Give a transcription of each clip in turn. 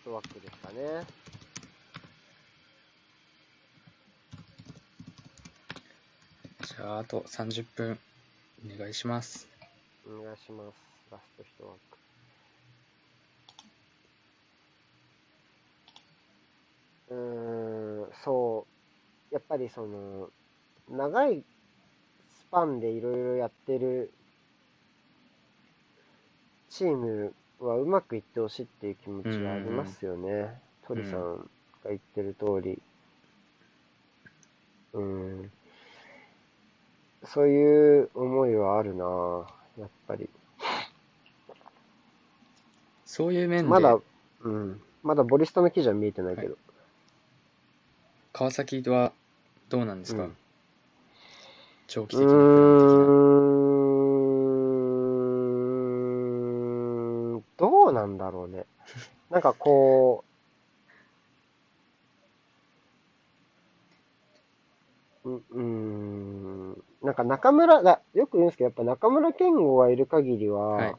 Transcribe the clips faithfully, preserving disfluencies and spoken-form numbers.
トワークですかね。 じゃあ、あとさんじゅっぷんお願いします。 お願いします。ラストいちワーク。うーん、そう。やっぱりその、長いスパンでいろいろやってるチームはうまくいってほしいっていう気持うんちはありますよね。 うんうん。 鳥さんが言ってる通り。うん。そういう思いはあるなぁやっぱり。 そういう面で、 まだ、うん。まだボリスタの記事は見えてないはい、 けど。 川崎はどうなんですか？ うん。 長期う的なプラン的な。 ーん。どうなんだろうね。なんかこう、ううーん。なんか中村が、よく言うんですけど、やっぱ中村健吾がいる限りは、 はい。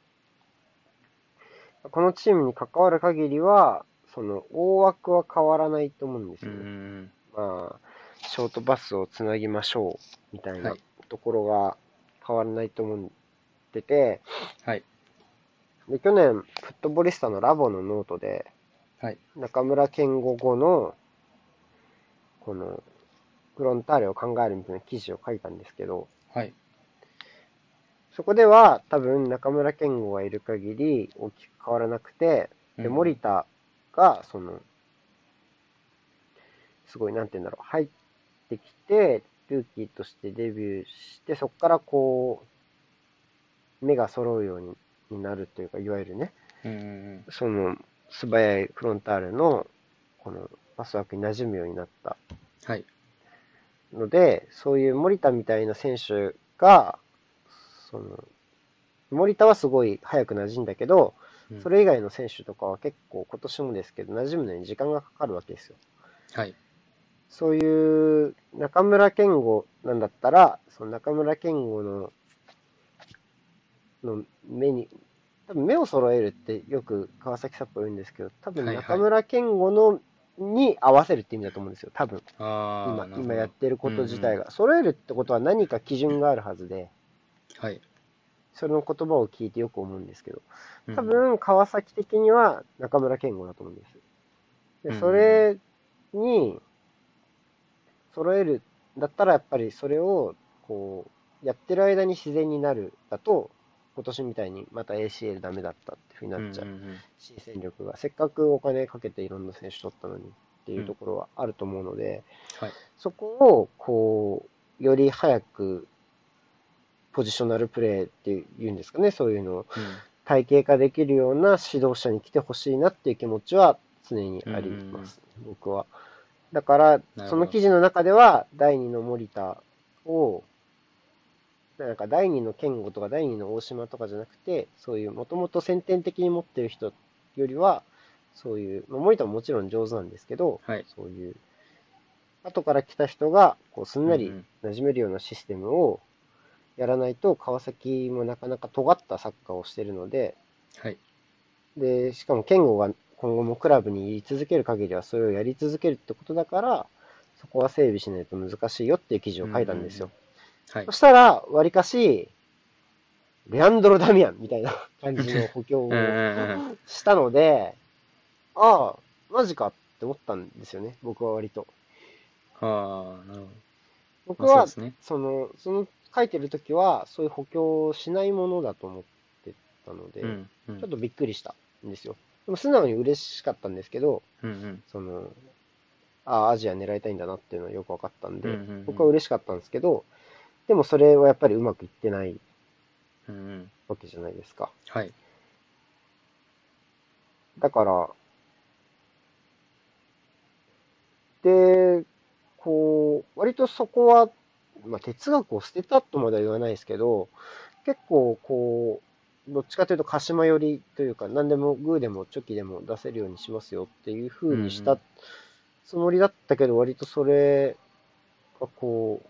このチームに関わる限りは、その、大枠は変わらないと思うんですうんうよね。 ん。 まあ、ショートパスをつなぎましょう、みたいなはい。 ところが変わらないと思ってて、 はい。 で、去年、フットボリスタのラボのノートで、 はい。 中村健吾後の、この、フロンターレを考えるみたいな記事を書いたんですけど、 はい。 そこでは多分中村健吾がいる限り大きく変わらなくて、で、 うんうん。 森田が、その、すごい、なんて言うんだろう、入ってきて、ルーキーとしてデビューして、そこからこう、目が揃うようにになるというか、いわゆるね、 うんうん。 その、素早いフロンターレの、この、パスワークに馴染むようになったはい。 ので、そういう森田みたいな選手が、その、森田はすごい早く馴染んだけど、 うん。 それ以外の選手とかは結構今年もですけど、馴染むのに時間がかかるわけですよ。 はい。 そういう中村健吾なんだったら、その中村健吾のの目に、多分目を揃えるってよく川崎サッポ言うんですけど、多分はいはい。 中村健吾のに合わせるって意味だと思うんですよ。多分。今、 ああ、なるほ今やっど。 てるこうんうん。 と自体が。揃えるってことは何か基準があるはずで、 はい。 それの言葉を聞いてよく思うんですけど、 うんうん。 多分川崎的には中村健吾だと思うんです。で、 うんうんうそん。 れに揃えるだったらやっぱりそれをこうやってる間に自然になるだと、今年みたいにまた エーシーエル ダメだったっていう風になうんうんうっちゃう。 ん。 新戦力がせっかくお金かけていろんな選手取ったのにっていうん。 うところはあると思うので、 はい。 そこをこうより早くポジショナルプレーっていうんですかね、そういうのをうん。 体系化できるような指導者に来てほしいなっていう気持ちは常にうんうんうありまん。 す、僕は。だから、そなるほど。 の記事の中では、だいにの森田を、なんかだいにの健吾とかだいにの大島とかじゃなくて、そういうもともと先天的に持ってる人よりは、そういう、まあ、森田ももちろん上手なんですけど、 はい。 そういう、後から来た人が、こう、すんなりうんうん。 馴染めるようなシステムをやらないと、川崎もなかなか尖ったサッカーをしてるので、 はい。 で、しかも健吾が今後もクラブにい続ける限りはそれをやり続けるってことだから、そこは整備しないと難しいよっていう記事をうんうんう書いたんですよ。 ん。はい。 そしたら、わりかし、レアンドロ・ダミアンみたいな感じの補強うんうをんうん。 したので、ああ、マジかって思ったんですよね、僕は割と。 ああ、なるほど。まあそうで僕は、 すね。 その、その書いてるときは、そういう補強をしないものだと思ってたので、 うんうん。 ちょっとびっくりしたんですよ。でも素直に嬉しかったんですけど、 うんうん。 その、ああ、アジア狙いたいんだなっていうのはよく分かったんうんうで、僕はん嬉しかったんですけど、でもそれはやっぱりうまくいってないうん。うんうん。 わけじゃないですか。 はい。 だから、で、こう、割とそこは、まあ、哲学を捨てたとまでは言わないですけど、結構こう、どっちかというと鹿島寄りというか、何でもグーでもチョキでも出せるようにしますよっていう風にしたうんつもりだったけど、割とそれがこう、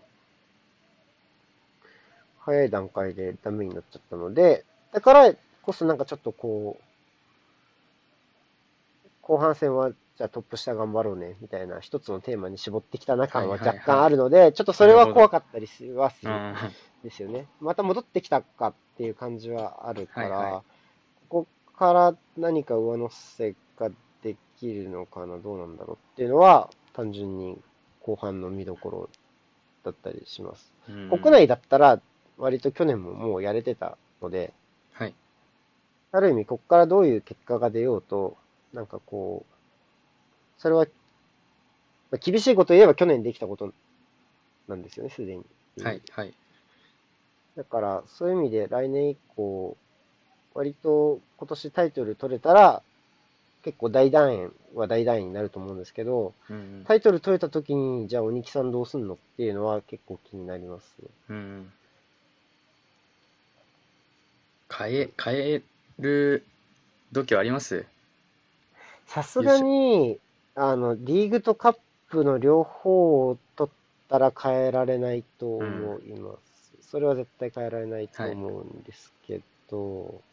早い段階でダメになっちゃったので、だからこそなんかちょっとこ後半戦は、じゃあトップ下頑張ろうね、みたいな一つのテーマに絞ってきた中はいは若はいはい。 干あるので、ちょっとそれはなるほど。 怖かったりすはするんうん。はですよね。また戻ってきたかっていう感じはあるいはい。 から、ここから何か上乗せができるのかな、どうなんだろうっていうのは、単純に後半の見どころだったりします。 うん。 国内だったら、割と去年ももうやれてたので、 はい。 ある意味、ここからどういう結果が出ようと、なんかこう、それは、まあ厳しいことを言えば去年できたことなんですよね、すでにっていう。 はいはい。 だから、そういう意味で来年以降、割と今年タイトル取れたら、結構大団円は大団円になると思うんですけど、 うん。 タイトル取れた時に、じゃあ鬼木さんどうすんのっていうのは結構気になりますね。 うん。変え、変える度胸あります？ さすが優勝。 に、あの、リーグとカップの両方を取ったら変えられないとうん。 思います。それは絶対変えられないとはい。 思うんですけど、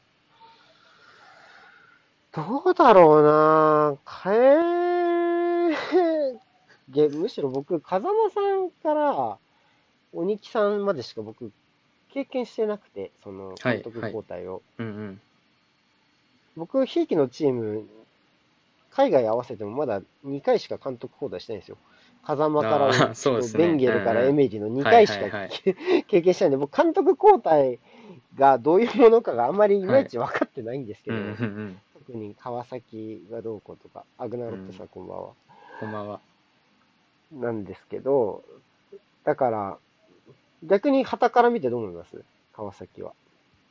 どうだろうな変え、げむしろ僕、風間さんから鬼木さんまでしか僕、経験してなくて、その監督はいはい。 交代を。 うんうん。 僕、ひいきのチーム、海外合わせてもまだにかいしか監督交代してないんですよ。風間からああ、そうでとベンすね。うんゲルからエうん。 メリのはいにかいしかはいはい。 経験してないんで、僕監督交代がどういうものかがあんまりいまはい。 いち分かってないんですけうんうんうど、 ん。 特に川崎がどうこうとか、アグナうん。 ロットさんこんばんは。 こんばんは。 なんですけど、だから、逆に旗から見てどう思います川崎は？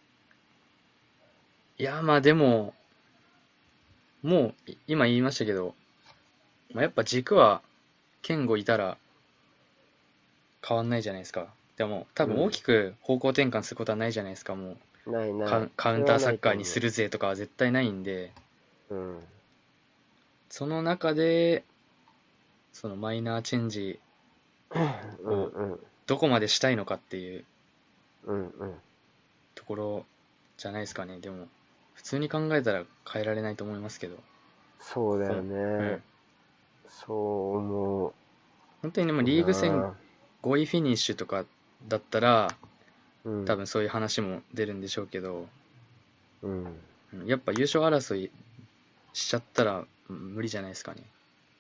いや、まあでも、もう、い今言いましたけど、まあ、やっぱ軸は、健吾いたら変わんないじゃないですか。でも、多分大うん。 きく方向転換することはないじゃないですか、もう。 ないない。 カウン、カウそれはなンターサッカーいと思う。 にするぜとかは絶対ないんで、 うん。 その中で、そのマイナーチェンジうんをうん。 どこまでしたいのかっていううんうん。 ところじゃないですかね。でも、普通に考えたら変えられないと思いますけど、 そうだよこん、うね。 ん。 そう思本当にでもうリーグ戦な。 ごいフィニッシュとかだったら、 うん。 多分そういう話も出るんでしょうけど、 うん。 うんやっぱ優勝争いしちゃったらうん無理じゃないですかね。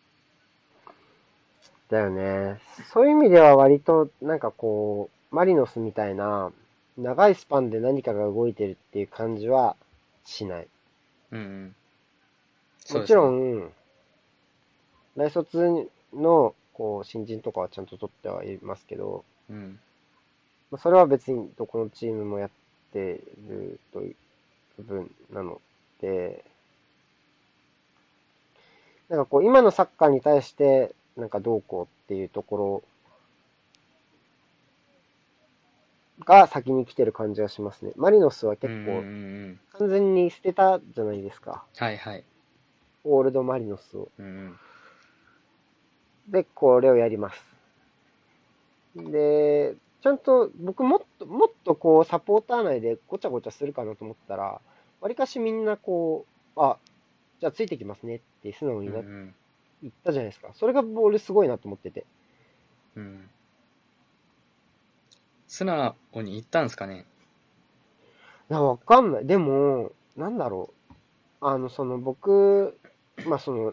だよね。そういう意味では割と、なんかこう、マリノスみたいな、長いスパンで何かが動いてるっていう感じはしない。 うんうん。そもちうですね。 ろん、大卒の、こう、新人とかはちゃんと取ってはいますけど、 うん。 まあそれは別にどこのチームもやってるという部分なので、なんかこう、今のサッカーに対して、なんかどうこうっていうところが先に来てる感じがしますね。マリノスはうんうんうんう結構ん。 完全に捨てたじゃないですか。 はいはい。 オールドマリノスを。 うんうん。 で、これをやります。で、ちゃんと僕もっと、もっとこうサポーター内でごちゃごちゃするかなと思ったら、わりかしみんなこう、あ、じゃあついてきますねって素直にな、 うんうん。 言ったじゃないですか。それが俺すごいなと思ってて。 うん。素直に言ったんですかね。 いや、わかんない。でも、なんだろう。あの、その僕、まあその、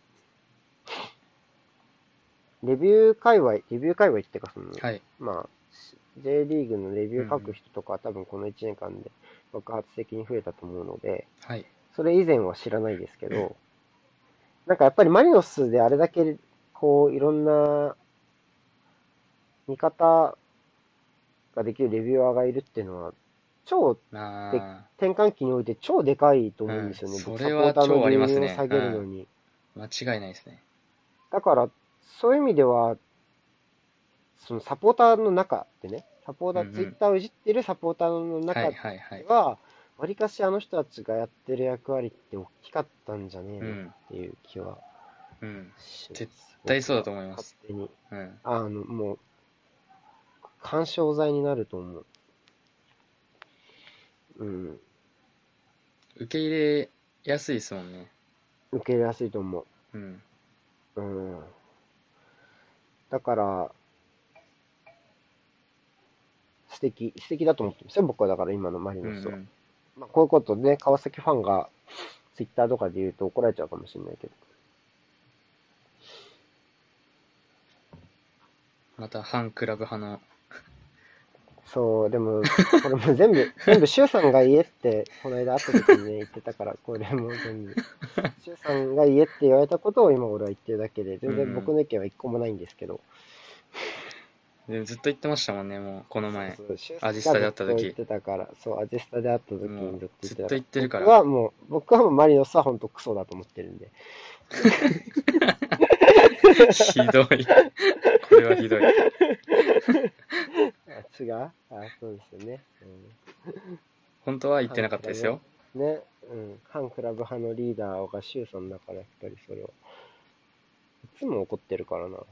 レビュー界隈、レビュー界隈っていうかその、 はい。 まあ、J リーグのレビュー書くうんうん。 人とかは多分このいちねんかんで爆発的に増えたと思うので、 はい。 それ以前は知らないですけど、なんかやっぱりマリノスであれだけ、こう、いろんな見方ができるレビュアーがいるっていうのは、超で、 あ転換期において超でかいとあ、うん。 思うんですよね。僕、 それサポーターのは超ありますね。 流入を下うん。 げるのに。 間違いないですね。 だから、そういう意味では、そのサポーターの中でね、サポーター、ツイッうんうん。 ターをいじってるサポーターのはい中はいはい。 では、わりかしあの人たちがやってる役割って大きかったんじゃねえのっうん。 ていう気はうん。 しま絶す。 対そうだ僕は。 と思います。 勝手に。 うん。 あの、もう、干渉剤になると思う。うん。 受け入れやすいですもんね。 受け入れやすいと思うん。 う。うん。だから、素敵、素敵だと思ってますよ、僕は。だから今のマリノスは。 うんうん。 まあ、こういうことで、川崎ファンが、ツイッターとかで言うと怒られちゃうかもしれないけど。 また反クラブ派の、 そう、でも、これも全部、全部、シュウさんが言えって、この間会った時にね、言ってたから、これも全部、シュウさんが言えって言われたことを今俺は言ってるだけで、全然僕うんの意見は一個もないんですけど、 うん。でずっと言ってましたもんね、もう、この前。 そうそう、シュウさんアジスタでがずっと言っ会った時。 てたから、そう、アジスタで会った時もう、 にずっと言っずっと言ってたから、 てるから。 僕はもう、僕はもうマリノスは本当クソだと思ってるんで。 ひどい。これはひどい。 あ、違うあ、そうですよね。 本当は言ってな反クラブ、 かったですよ。 ね、うん、反クラブ派のリーダーがシュウさんだから、やっぱりそれは。いつも怒ってるからな。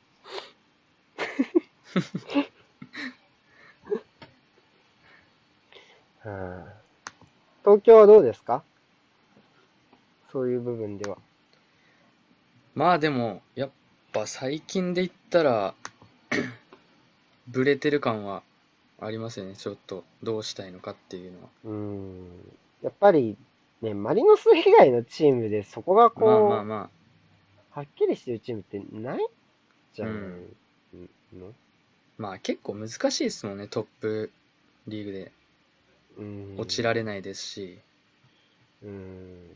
はあ、東京はどうですか？そういう部分では。 まあでも、やっぱ最近で言ったら、ブレてる感はありますよね。ちょっと、どうしたいのかっていうのは。 うーん。やっぱり、ね、マリノス以外のチームでそこがまあまあこう、 まあ、 はっきりしてるチームってないじゃないうん。 の？ まあ結構難しいですもんね、トップリーグで。 うー落ちられん。 ないですし。 うーん。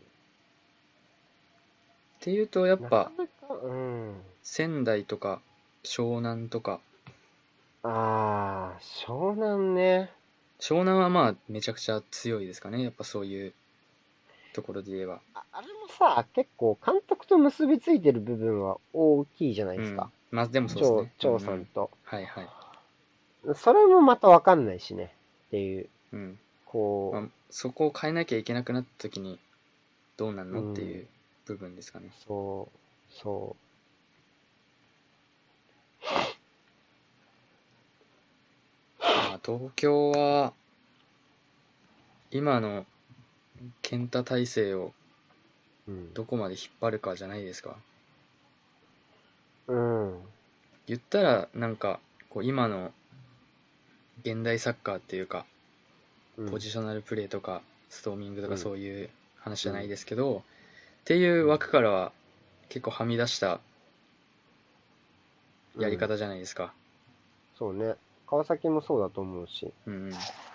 っていうと、やっなかぱ、 なか、うん。 仙台とか、湘南とか、 ああ、湘南ね。 湘南はまあ、めちゃくちゃ強いですかね。やっぱそういうところで言えば。 あ、あれもさ、結構監督と結びついてる部分は大きいじゃないですか。 うん。まあでもそうです張、 ね。うんう張さんん。 と。 はいはい。 それもまたわかんないしね。っていう、 うん。まこあ、そこを変えなきゃいけなくなった時に、どうなんう、うん、 のっていう部分ですかね。 そう、そまあ東京は、今の健太体制をう、うん、 どこまで引っ張るかじゃないですか。 うん、 言ったら、なんか、こう今の現代サッカーっていうか、 うん、 ポジショナルプレーとか、ストーミングとかうん、 そういう話じうん、 ゃないですけど、っていううん、 枠からは結構はみ出したうん。 やり方じゃないですか。 そうね。川崎もそうだと思うし。 うんうん。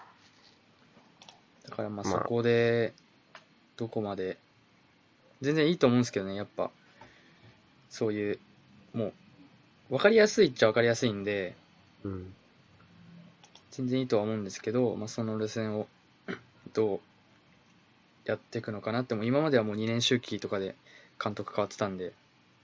だからまあそまあ、 こで、どこまで、全然いいと思うんですけどね、やっぱ、そういう、もう、わかりやすいっちゃわかりやすいんで、 うん、 全然いいとは思うんですけど、まあその路線をどうやっていくのかなって、も今まではもうにねん周期とかで監督変わってたんで、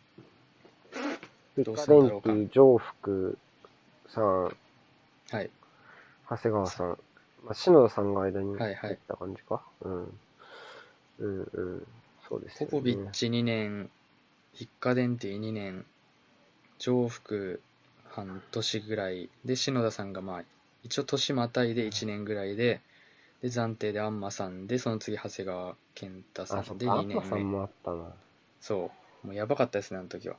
ピカどうするんだろうか。 デンティ、ジョーフクさん、 はい。 長谷川さん、まあ、篠田さんが間にはいはい。 入った感じか。うん。うん、うん。そうですポよね。 ポビッチにねん、ピッカデンティにねん、上福半年ぐらいで、篠田さんがまあ、一応年またいでいちねんぐらいで、で、暫定でアンマさんで、その次長谷川健太さあ、そんでっか、アン 2年目。 マさんもあったな。 そう。もうやばかったですね、あの時は。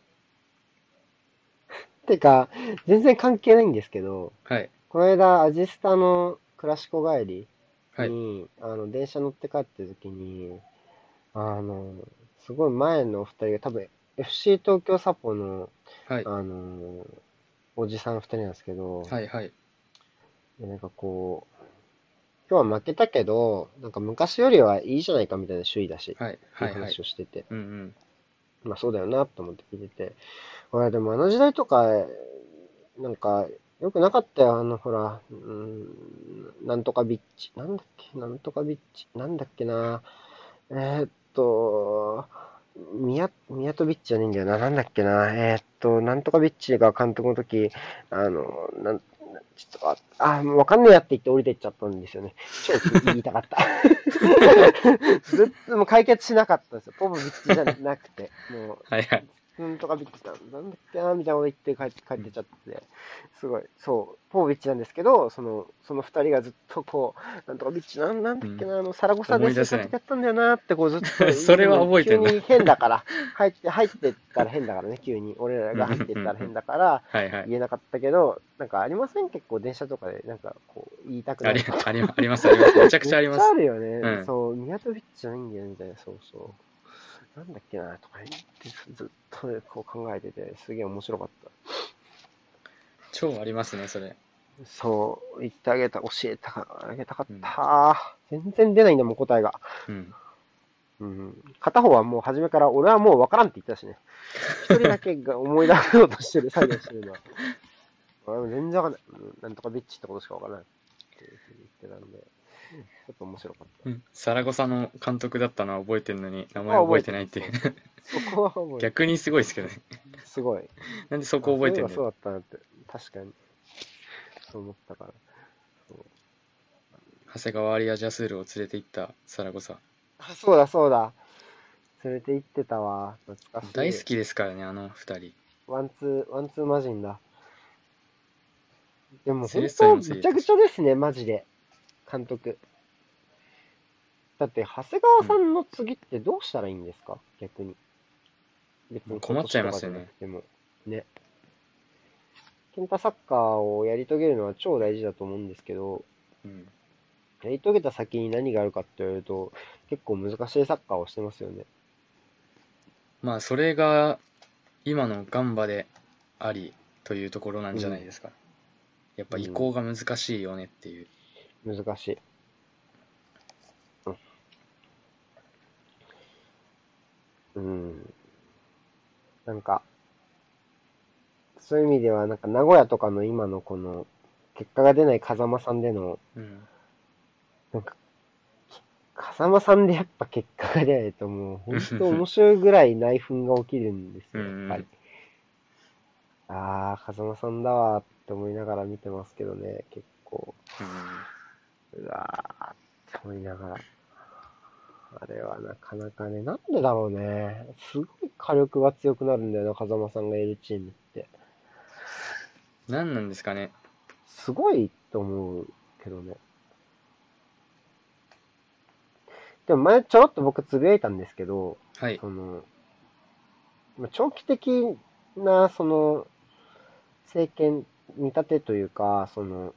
てか、全然関係ないんですけど、 はい。 この間、アジスタのクラシコ帰りはい。 に、あの、電車乗って帰ってる時に、あの、すごい前のお二人が多分 エフシー 東京サポの、 はい。 あの、おじさん二人なんですけど、 はい。はい。 でなんかこう、今日は負けたけど、なんか昔よりはいいじゃないかみたいな首位だし、 はい。 っていうはい。はい。 話をしてて、 うんうん。 まあそうだよなと思って聞いてて、ほらでもあの時代とか、なんか、よくなかったよ、あのほら、うん、なんとかビッチ、なんだっけ、なんとかビッチ、なんだっけな、えーっと、ミヤ、ミヤトビッチじゃねえんだよな。なんだっけな。えーっと、なんとかビッチが監督の時、あの、なん、ちょっと、あ、あ、もうわかんねえやって言って降りてっちゃったんですよね。超言いたかった。ずっともう解決しなかったんですよ。ポポビッチじゃなくて。もう、 はいはい。 うんとかビッチさん、なんだっけな、みたいなこと言って帰って、帰ってちゃって、すごい、そう、ポービッチなんですけど、その、その二人がずっとこう、なんとかビッチ、なん、なんだっけうん。 な、あの、サラゴサで生思い出せない。 産的やったんだよなって、こうずっと、 それはでも覚えてんだ。 急に変だから、入って、入ってったら変だからね、急に。俺らうんうんが入ってったらうんうん。 変だから、 はいはい。 言えなかったけど、なんかありません結構電車とかで、なんかこう、言いたくあり、 なること。 あり、ありますあります。めちゃくめっちゃあります。 ちゃあるよね。 うん。 そう、ミヤトビッチじゃないんだよ、みたいな、そうそう。なんだっけな、とか言ってずっとこう考えてて、すげえ面白かった。 超ありますね、それ。 そう、言ってあげた、教えてあげたかっうん。 た。全然出ないんだもん、答えが。 うん。 うん。片方はもう初めから、俺はもう分からんって言ったしね。一人だけが思い出そうとしてる作業してるのは。俺も全然分かんない。うんなんとかビッチってことしか分からない。っていうふうに言ってたので、ちょっと面白かった。 うん。サラゴサの監督だったのは覚えてるのに、名前そこは覚えてる。 覚えてないっていう。 そうそう。そこは覚えてる。 逆にすごいですけどね。 すごい。 なんでそこあ、 覚えてんだよ。 そういえばそうだったなって。確かに。そう思ったから。そう。 長谷川アリア・ジャスールを連れて行ったサラゴサ。 あ、そうだそうだ。連れて行ってたわ。懐かしい。 大好きですからね、あの二人。 ワンツー、ワンツーマジンだ。でもセレ本ッソにもつい当ぐちゃぐちてたし。 ゃですね、マジで。監督。だって、長谷川うん。 さんの次ってどうしたらいいんですか逆に。別に今困っちゃい年とかじゃますよね。 なくても。ね。ケンタサッカーをやり遂げるのは超大事だと思うんですけど、 うん。 やり遂げた先に何があるかって言われると、結構難しいサッカーをしてますよね。 まあ、それが今のガンバでありというところなんうん。 じゃないですか。やっぱ移行うん。 が難しいよねっていう。 難しい。うん。なんか、そういう意味では、なんか名古屋とかの今のこの、結果が出ない風間さんでの、 うん。 なんか、風間さんでやっぱ結果が出ないともう、本当面白いぐらい内紛が起きるんですうんよ、やっぱり。 うん。 あー、風間さんだわーって思いながら見てますけどね、結構。 うん。 うわーって思いながら。あれはなかなかね、なんでだろうね。すごい火力が強くなるんだよな、風間さんがいるチームって。 何なんですかね。 すごいと思うけどね。でも前ちょろっと僕つぶやいたんですけど、 はい。 その、まあ長期的な、その、政権見立てというか、その、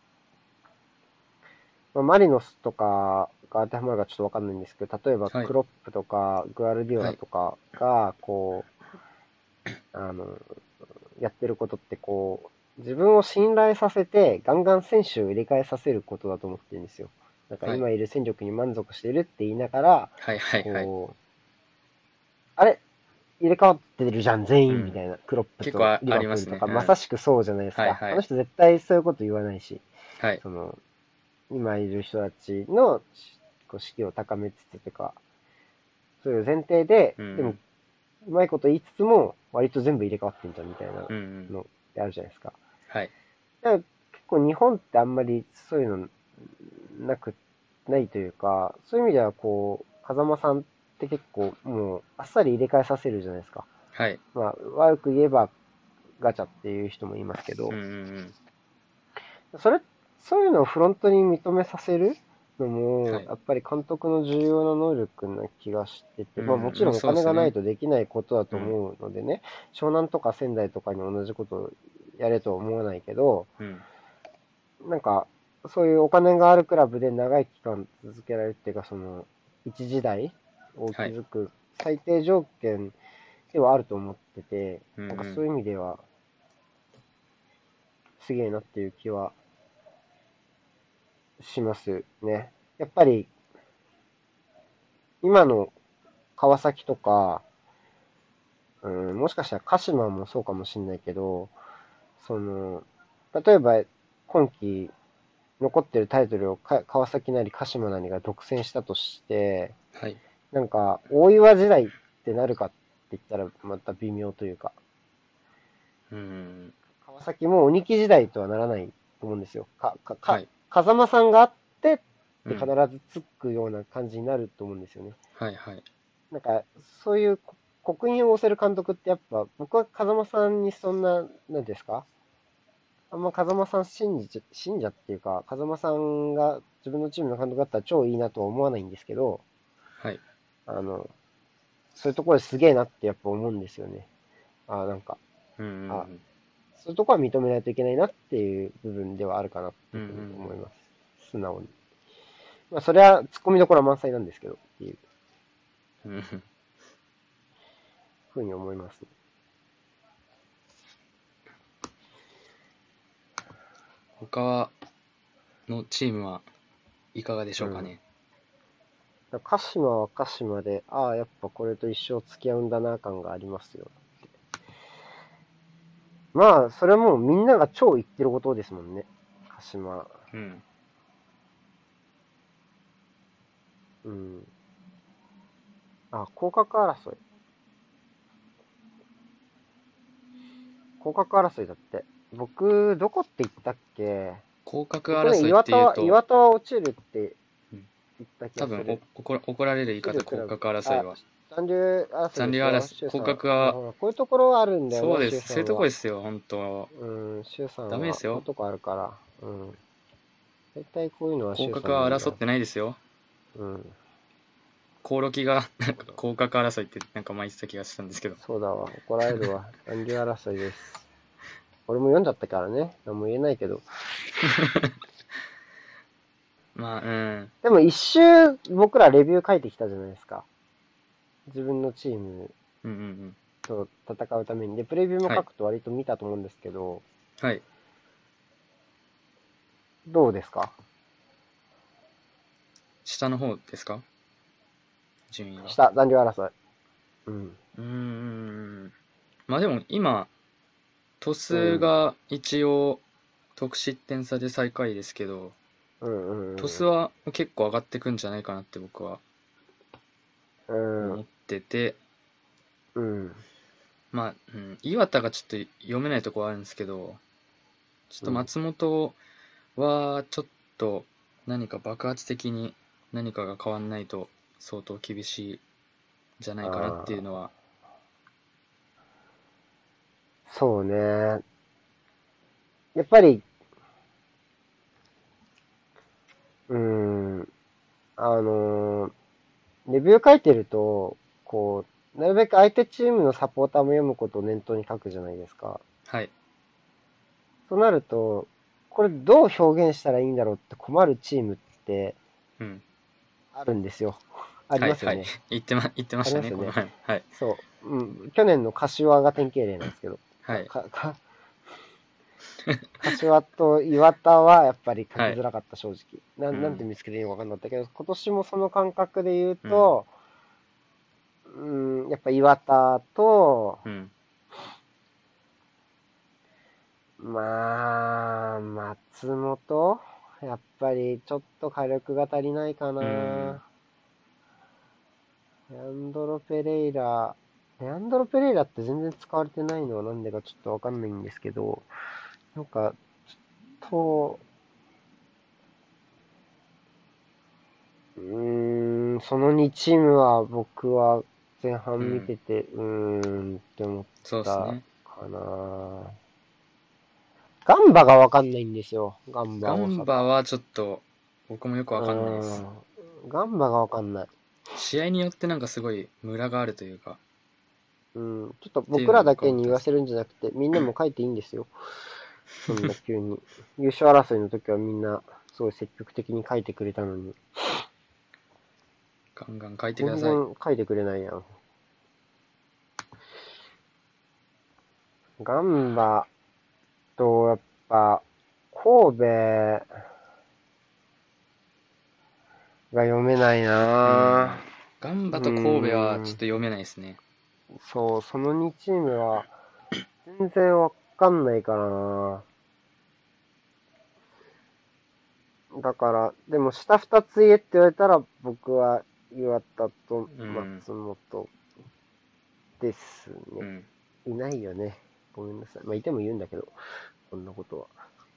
まあ、マリノスとかが当てはまるかちょっとわかんないんですけど、例えばはい。 クロップとかグアルディオはい。 ラとかが、こう、あの、やってることってこう、自分を信頼させて、ガンガン選手を入れ替えさせることだと思ってるんですよ。なんかはい。 今いる戦力に満足してるって言いながら、 はいはいはい。 こう、あれ入れ替わってるじゃん、全員みうん。 たいな。クロップ結構あ、 とリありますね。 バプールとか、まさうん。 しくそうじゃないですか。 はいはい。 あの人絶対そういうこと言わないし、 はい。 その、今いる人たちのこう士気を高めつつとか、そういう前提で、でも、 うん。 うまいこと言いつつも、割と全部入れ替わってんじゃんみたいなうんうん。 のってあるじゃないですか。 はい。 だから結構日本ってあんまりそういうのなく、ないというか、そういう意味ではこう、風間さんって結構もうあっさり入れ替えさせるじゃないですか。 はい。 まあ、悪く言えばガチャっていう人もいますけど、 うんうんうん。 それ、そういうのをフロントに認めさせるのも、 はい。 やっぱり監督の重要な能力な気がしてて、まあもうん。まあちろんお金がないそうですね。 とできないことだとうん。 思うのでね、湘南とか仙台とかに同じことをやれとは思わないけど、 うん。 なんか、そういうお金があるクラブで長い期間続けられるっていうか、その、一時代をはい。 築く最低条件ではあると思ってて、 うんうなんかそういん。 う意味では、すげえなっていう気はしますね。やっぱり、今の川崎とか、うん、もしかしたら鹿島もそうかもしれないけど、その、例えば今季残ってるタイトルをか川崎なり鹿島なりが独占したとして、 はい。 なんか大岩時代ってなるかって言ったらまた微妙というか、 うん。 川崎も鬼木時代とはならないと思うんですよ。か、か、か、 はい。 風間さんがあってって必うん。 ずつくような感じになると思うんですよね。 はいはい。 なんか、そういう刻印を押せる監督ってやっぱ、僕は風間さんにそんな、なんですか、あんま風間さん信じちゃ、信者っていうか、風間さんが自分のチームの監督だったら超いいなとは思わないんですけど、 はい。 あの、そういうところですげえなってやっぱ思うんですよね。あ、なんか、 うんうんうあ、 ん。 そういうところは認めないといけないなっていう部分ではあるかなってうんうんいうふうに思いうん。 ます。素直に。まあ、それは突っ込みどころは満載なんですけど、っていううんうん。 ふうに思いますね。 他のチームはいかがでしうん。 ょうかね。 鹿島は鹿島で、ああ、やっぱこれと一生付き合うんだな感がありますよ。まあ、それはもうみんなが超言ってることですもんね。鹿島。 うん。 うん。あ、降格争い。降格争いだって。僕、どこって言ったっけ？ 降格僕ね、 争いって岩田は、 いうと、 岩田は落ちるってうん、 言った気多分がする。 お怒ら怒られる言い落ちる方、 クラブ。 降格争いあ、 は。 残留争いでしょ残留争い、降シュウさん。 格は、 あのほら、こういうところはあるんだよな、シュウそうです。そういうとこさんは。 ですよ、本当。 うん、シュウさんは、 ダメですよ。 こういうとこあるから。うん。大体こういうのはシュウさ降格んなんだよ。 は争ってないですよ。 うん。 興梠が、なんか降格争いってなんか前言ってた気がしたんですけど。 そうだわ。怒られるわ。残留争いです。俺も読んじゃったからね。何も言えないけど。 まあ、うん。 でも一周僕らレビュー書いてきたじゃないですか。自分のチームうんうんうん。 と戦うために。で、プレビューもはい。 書くと割と見たと思うんですけど、 はい。 どうですか？ 下の方ですか？順位は。 下、残留争い。うん。 うーん。まあでも今、鳥うん。 栖が一応得失点差で最下位ですけど、 うんうん鳥栖は結構上がってくんじゃないかなって僕はうん。うん。 思ってて、 うん。 まあ、うん、岩田がちょっと読めないところあるんですけど、ちょっうん。 と松本はちょっと何か爆発的に何かが変わんないと相当厳しいんじゃないかなっていうああ、 のは、 そうね。やっぱり、うーん、あのーレビュー書いてると、こう、なるべく相手チームのサポーターも読むことを念頭に書くじゃないですか。 はい。 となると、これどう表現したらいいんだろうって困るチームってうん。 あるんですよ。ありはいはい。 ますよね。 言ってま、言ってましたね、 ありますよね。 この前も。はい。 そう。うん。去年の柏が典型例なんですけど。か、 はい。 か、か、柏と岩田はやっぱり書きはい。 づらかった、正直。なん、なんてうん。 見つけていいのか分かんなかったけど、今年もその感覚で言ううん。 と、うん、やっぱ岩田と、 うん。 まあ、松本やっぱりちょっと火力が足りないかうん。 な。レアンドロ・ペレイラ、レアンドロ・ペレイラって全然使われてないのはなんでかちょっとわかんないんですけど、なんか、と、うーん、そのにチームは僕は前半見うん。 てて、うーんって思ったそうですね。 かな。ガンバがわかんないんですよ。ガンバガ大阪。 ンバはちょっと僕もよくうわかんないです。 ーん。ガンバがわかんない。 試合によってなんかすごいムラがあるというか、っうん。ちょっとていうのは僕らだ僕は思ってます。 けに言わせるんじゃなくて、みんなも書いていいんですよ。そんな急に。優勝争いの時はみんな、すごい積極的に書いてくれたのに。 ガンガン書いてく全ださい。 然書いてくれないやん。ガンバと、やっぱ、神戸が読めないうなん。ガンぁ。うバと神戸はーん。 ちょっと読めないですね。 そう、そのにチームは全然わかんないからなぁ。だから、でも下二つ言えって言われたら僕は岩田とうん。 松本ですね。 うん。 いないよね。ごめんなさい。まあ、いても言うんだけど、こんなことは。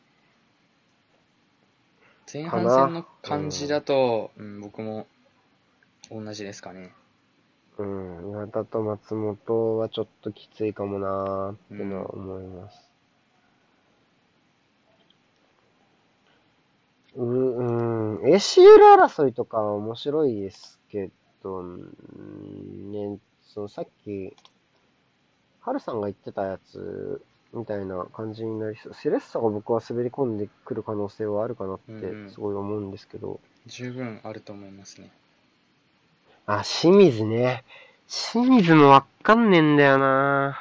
前半戦かな。 の感じうん。 だと、うん、僕も同じですかね。 うん、岩田と松本はちょっときついかもなーっうてのはん。 思います。う、うん、エーシーエル 争いとかは面白いですけど、うんね、そのさっき、ハルさんが言ってたやつみたいな感じになりそう。セレッソが僕は滑り込んでくる可能性はあるかなっうんうてん。 すごい思うんですけど。 十分あると思いますね。 あ、清水ね。清水もわかんねえんだよな。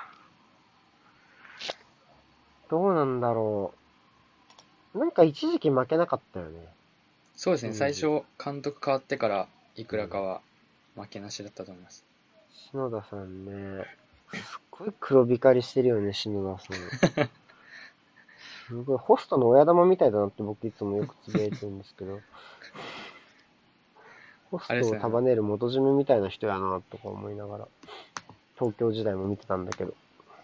どうなんだろう。なんか一時期負けなかったよね。 そうですね。 清水。 最初、監督変わってからいくうん。 らかは負けなしだったと思います。 篠田さんね。すっごい黒光りしてるよね、篠田さん。すごい、ホストの親玉みたいだなって僕いつもよくつぶやいてるんですけど、ホストをあれですね、あの、 束ねる元締めみたいな人やなとか思いながら、東京時代も見てたんだけど。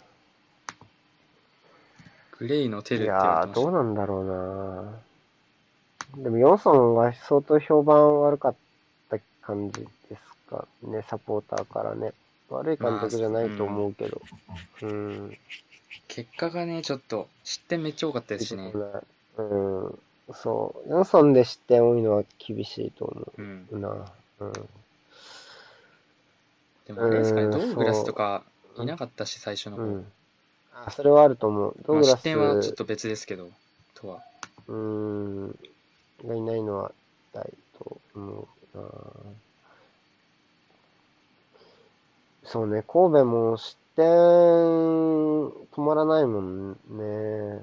グレイのテルいって言われやー、 てました。 どうなんだろうな。でも、ヨンソンが相当評判悪かった感じですかね、サポーターからね。悪い監まあ、 督じゃないとうん。 思うけど。うん、 結果がね、ちょっと、失点めっちゃ多かったで出すしね。 てこない。うん、そう。ヨンソンで失点多いのは厳しいと思うん。 うな。うん。 でもあれですかね、 うーん、 ドーグラスとそかう。うん。 いなかったし、最初の方。 うん。あ、それはあると思う。ドまあ、 グラ失点はちょっス、 と別ですけど、とは。 うーん、がいないのは大と思うな。そうね、神戸も失点止まらないもんね。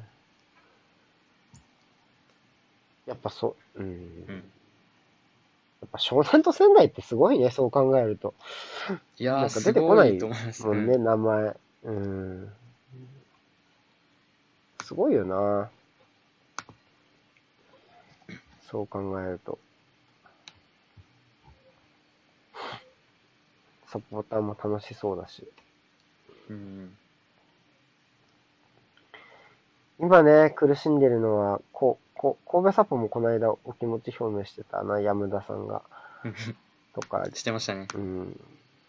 やっぱそう、うん。 うん。 やっぱ湘南と仙台ってすごいね、そう考えると。 いやー、 なんか出すごいとてこない思います。 もんね、 うん。 名前。うん。すごいよな。そう考えると。サポーターも楽しそうだし。 うん。 今ね、苦しんでるのは、こ、こ、神戸サポもこの間お気持ち表明してたな、山田さんが。とか、 してましたね。 うん。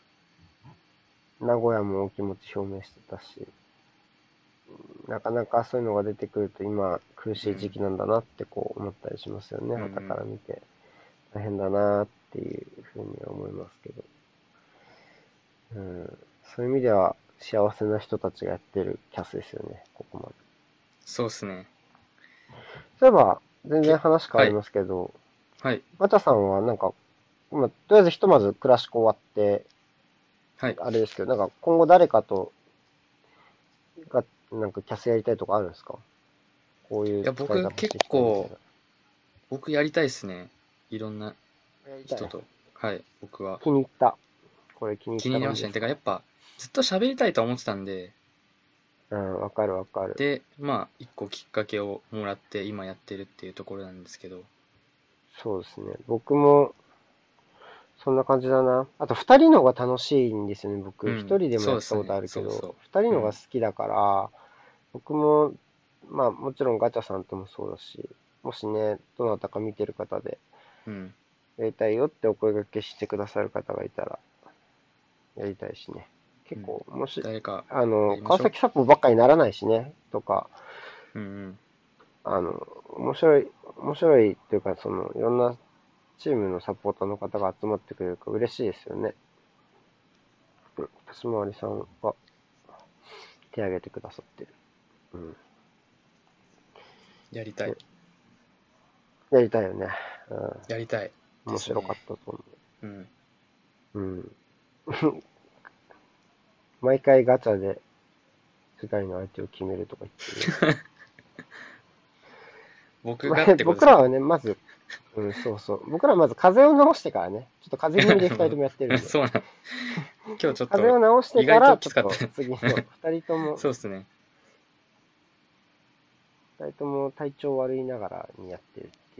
名古屋もお気持ち表明してたし、なかなかそういうのが出てくると今苦しい時うん。 期なんだなってこう思ったりしますよね、 うんう傍からん。 見て。大変だなっていうふうには思いますけど。うん。そういう意味では幸せな人たちがやってるキャスですよね、ここまで。 そうっすね。 そういえば、全然け、 話変わりはい。 ますけど、 はい。 ガチャさんはなんか、まあ、とりあえずひとまずクラシコ終わって、 はい。 あれですけど、なんか今後誰かと、が、なんかキャスやりたいとかあるんですか？こういいや、 う使い僕結方していきたいみたい構、 な。 僕やりたいっすね。いろんなやりたい。 人と。はい。僕は。 気に入った。これ気に入っ気にた入りましたね。てか、 感じですか？ やっぱ、ずっと喋りたいと思ってたんで、 うん、わかるわかる。 で、まあ、一個きっかけをもらって今やってるっていうところなんですけど。 そうですね。僕も、そんな感じだな。あと、二人のが楽しいんですよね、僕。一うん。 人でもやったことそうですね。 あるけど、 そうそ二人う。うのがん。 好きだから、僕も、まあ、もちろんガチャさんともそうだし、もしね、どなたか見てる方で、 うん。 やりたいよってお声掛けしてくださる方がいたら、やりたいしね。 うん。 結構、もし、 誰かあの、 やりましょ川崎サポばっかりにならないしね、とか、 う。うんうん。 あの、面白い、面白いっていうか、その、いろんなチームのサポーターの方が集まってくれるから嬉しいですよね。うん。橋回さんが手挙げてくださってる。うん。 やりたい。 ね、やりたいよね。 やりたいうん。面白かっですね。 たと思うん。 う。うん。毎回ガチャでふたりの相手を決めるとか言ってる。 僕がっまあ、 てことですかね。 僕らはね、まず、うん、そうそう。僕らはまず風邪を治してからね、ちょっと風邪気味でふたりともやってるんで。 そうなん。今日ちょっと風邪を治して意外とから、ちょっきつかった。 と次のふたりとも、 そうっすね。 ふたりとも体調悪いながらにやってるっていう。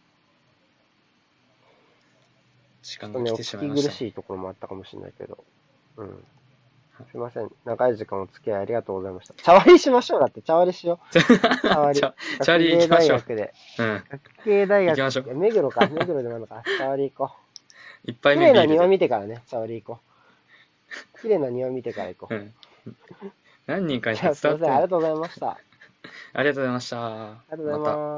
時ちょっとね、お間が来てしまい聞きましたね。 苦しいところもあったかもしれないけど。うん。すいません。長い時間お付き合いありがとうございました。茶割りしましょう。だって、茶割りしよう。茶割り。 チャ、チャ学芸リ行きましょう。 大学で。 うん。 学芸大学、 行きましょう。 いや、目黒か。目黒でもあるのか。茶割り行こう。 一杯綺麗な庭目ビールで。 見てからね、茶割り行こ綺麗な庭見てから行こうん。何人かう。 にじゃあ、すいません。あり伝わってんの？ がとうございました。あありがとうございました。 りがとうございまた。 ます。